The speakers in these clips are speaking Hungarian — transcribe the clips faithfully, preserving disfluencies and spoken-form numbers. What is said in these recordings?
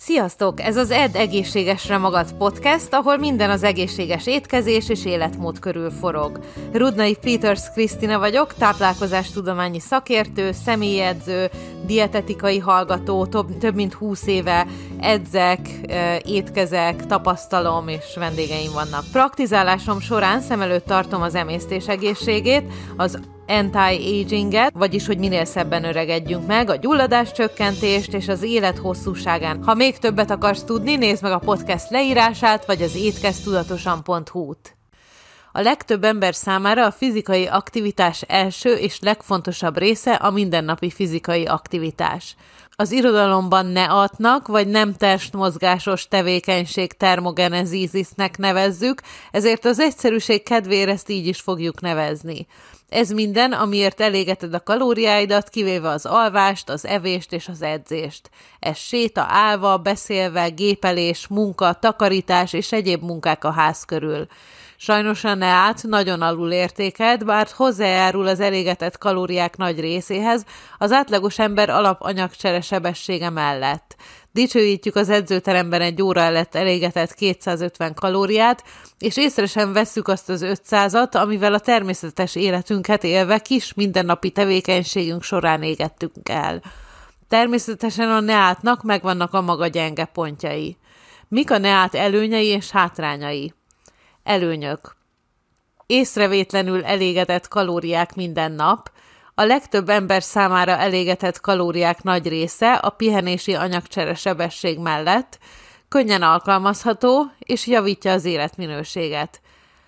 Sziasztok! Ez az Edd egészségesre magad podcast, ahol minden az egészséges étkezés és életmód körül forog. Rudnai Peters Krisztina vagyok, táplálkozástudományi szakértő, személyedző, dietetikai hallgató, több, több mint húsz éve edzek, étkezek, tapasztalom és vendégeim vannak. Praktizálásom során szem előtt tartom az emésztés egészségét, az anti-aginget, vagyis hogy minél szebben öregedjünk meg, a gyulladás csökkentést és az élet hosszúságán. Ha még többet akarsz tudni, nézd meg a podcast leírását, vagy az étkeztudatosan pont hu-t. A legtöbb ember számára a fizikai aktivitás első és legfontosabb része a mindennapi fizikai aktivitás. Az irodalomban neatnak, vagy nem testmozgásos tevékenység termogenezisnek nevezzük, ezért az egyszerűség kedvére ezt így is fogjuk nevezni. Ez minden, amiért elégeted a kalóriáidat, kivéve az alvást, az evést és az edzést. Ez séta állva, beszélve, gépelés, munka, takarítás és egyéb munkák a ház körül. Sajnos a neát nagyon alul értékelt, bár hozzájárul az elégetett kalóriák nagy részéhez, az átlagos ember alapanyagcsere sebessége mellett. Dicsőítjük az edzőteremben egy óra előtt elégetett kétszázötven kalóriát, és észre sem vesszük azt az ötszázat, amivel a természetes életünket élve kis mindennapi tevékenységünk során égettünk el. Természetesen a neátnak megvannak a maga gyenge pontjai. Mik a neát előnyei és hátrányai? Előnyök. Észrevétlenül elégetett kalóriák minden nap. A legtöbb ember számára elégetett kalóriák nagy része a pihenési anyagcsere sebesség mellett könnyen alkalmazható és javítja az életminőséget.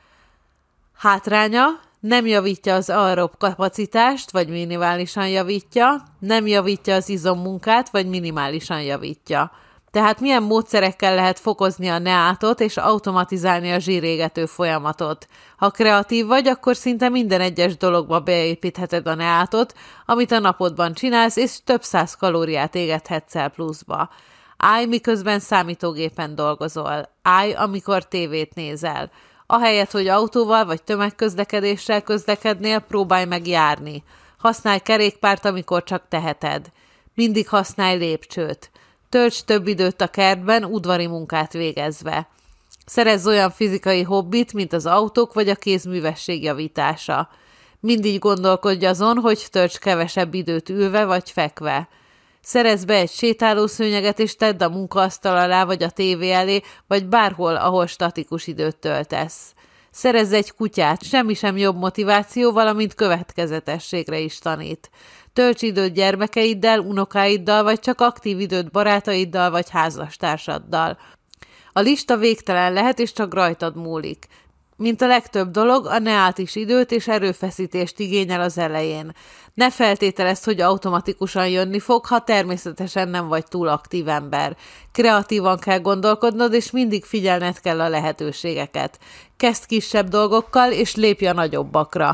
Hátránya: nem javítja az aerob kapacitást, vagy minimálisan javítja, nem javítja az izommunkát, vagy minimálisan javítja. Tehát milyen módszerekkel lehet fokozni a neátot és automatizálni a zsírégető folyamatot? Ha kreatív vagy, akkor szinte minden egyes dologba beépítheted a neátot, amit a napodban csinálsz, és több száz kalóriát égethetsz el pluszba. Állj, miközben számítógépen dolgozol. Állj, amikor tévét nézel. Ahelyett, hogy autóval vagy tömegközlekedéssel közlekednél, próbálj meg járni. Használj kerékpárt, amikor csak teheted. Mindig használj lépcsőt. Tölts több időt a kertben, udvari munkát végezve. Szerezz olyan fizikai hobbit, mint az autók vagy a kézművesség javítása. Mindig gondolkodj azon, hogy tölts kevesebb időt ülve vagy fekve. Szerezz be egy sétálószőnyeget és tedd a munkaasztal alá vagy a tévé elé, vagy bárhol, ahol statikus időt töltesz. Szerezz egy kutyát, semmi sem jobb motiváció, valamint következetességre is tanít. Tölts időt gyermekeiddel, unokáiddal, vagy csak aktív időt barátaiddal, vagy házastársaddal. A lista végtelen lehet, és csak rajtad múlik. Mint a legtöbb dolog, a neát is időt és erőfeszítést igényel az elején. Ne feltételezd, hogy automatikusan jönni fog, ha természetesen nem vagy túl aktív ember. Kreatívan kell gondolkodnod, és mindig figyelned kell a lehetőségeket. Kezd kisebb dolgokkal, és lépj a nagyobbakra.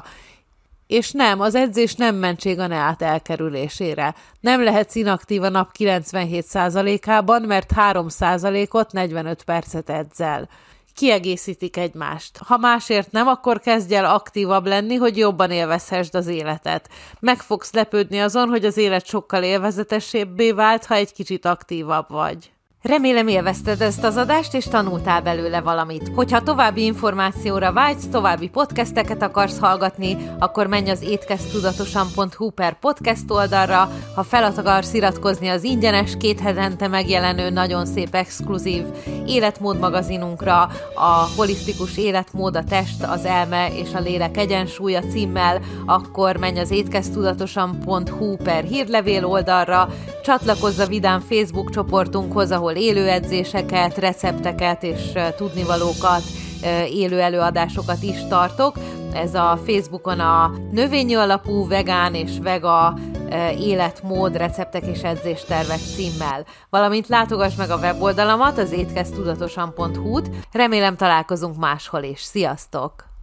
És nem, az edzés nem mentség a neát elkerülésére. Nem lehetsz inaktív a nap kilencvenhét százalékában, mert három százalékot negyvenöt percet edzel. Kiegészítik egymást. Ha másért nem, akkor kezdj el aktívabb lenni, hogy jobban élvezhessd az életet. Meg fogsz lepődni azon, hogy az élet sokkal élvezetesebbé vált, ha egy kicsit aktívabb vagy. Remélem élvezted ezt az adást, és tanultál belőle valamit. Hogyha további információra vágysz, további podcasteket akarsz hallgatni, akkor menj az étkeztudatosan pont hu per podcast oldalra. Ha fel akarsz iratkozni az ingyenes, két hetente megjelenő, nagyon szép exkluzív életmód magazinunkra, a holisztikus életmód, a test, az elme és a lélek egyensúlya címmel, akkor menj az étkeztudatosan pont hu per hírlevél oldalra, csatlakozz a vidám Facebook csoportunkhoz, ahol élő edzéseket, recepteket és tudnivalókat, élő előadásokat is tartok. Ez a Facebookon a növényi alapú vegán és vega életmód, receptek és edzéstervek címmel. Valamint látogass meg a weboldalamat, az étkeztudatosan pont hu-t. Remélem találkozunk máshol is. Sziasztok!